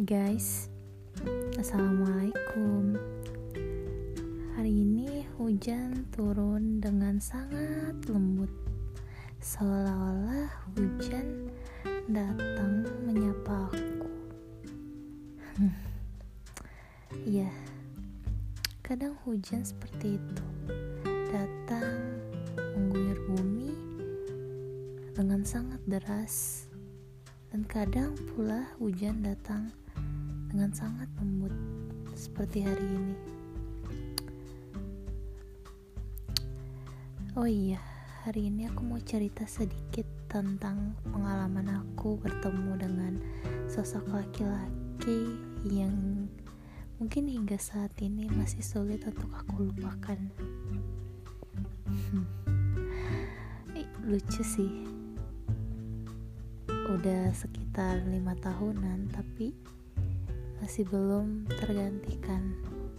Hai guys, Assalamualaikum. Hari ini hujan turun dengan sangat lembut, seolah-olah hujan datang menyapa aku. Iya, kadang hujan seperti itu, datang mengguyur bumi dengan sangat deras. Dan kadang pula hujan datang dengan sangat lembut, seperti hari ini. Oh iya, hari ini aku mau cerita sedikit tentang pengalaman aku bertemu dengan sosok laki-laki yang mungkin hingga saat ini masih sulit untuk aku lupakan. Lucu sih, udah sekitar 5 tahunan tapi masih belum tergantikan.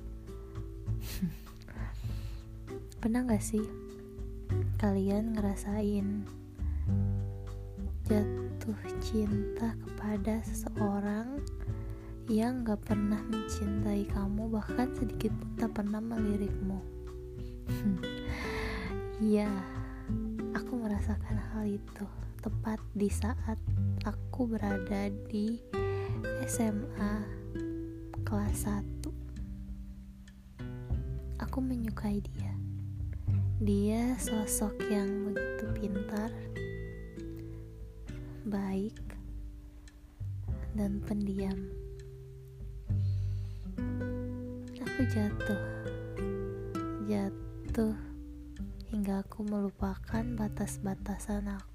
Pernah gak sih kalian ngerasain jatuh cinta kepada seseorang yang gak pernah mencintai kamu, bahkan sedikit pun tak pernah melirikmu? Iya, aku merasakan hal itu tepat di saat aku berada di SMA kelas 1. Aku menyukai dia. Dia sosok yang begitu pintar, baik, dan pendiam. Aku jatuh hingga aku melupakan batas-batasan aku.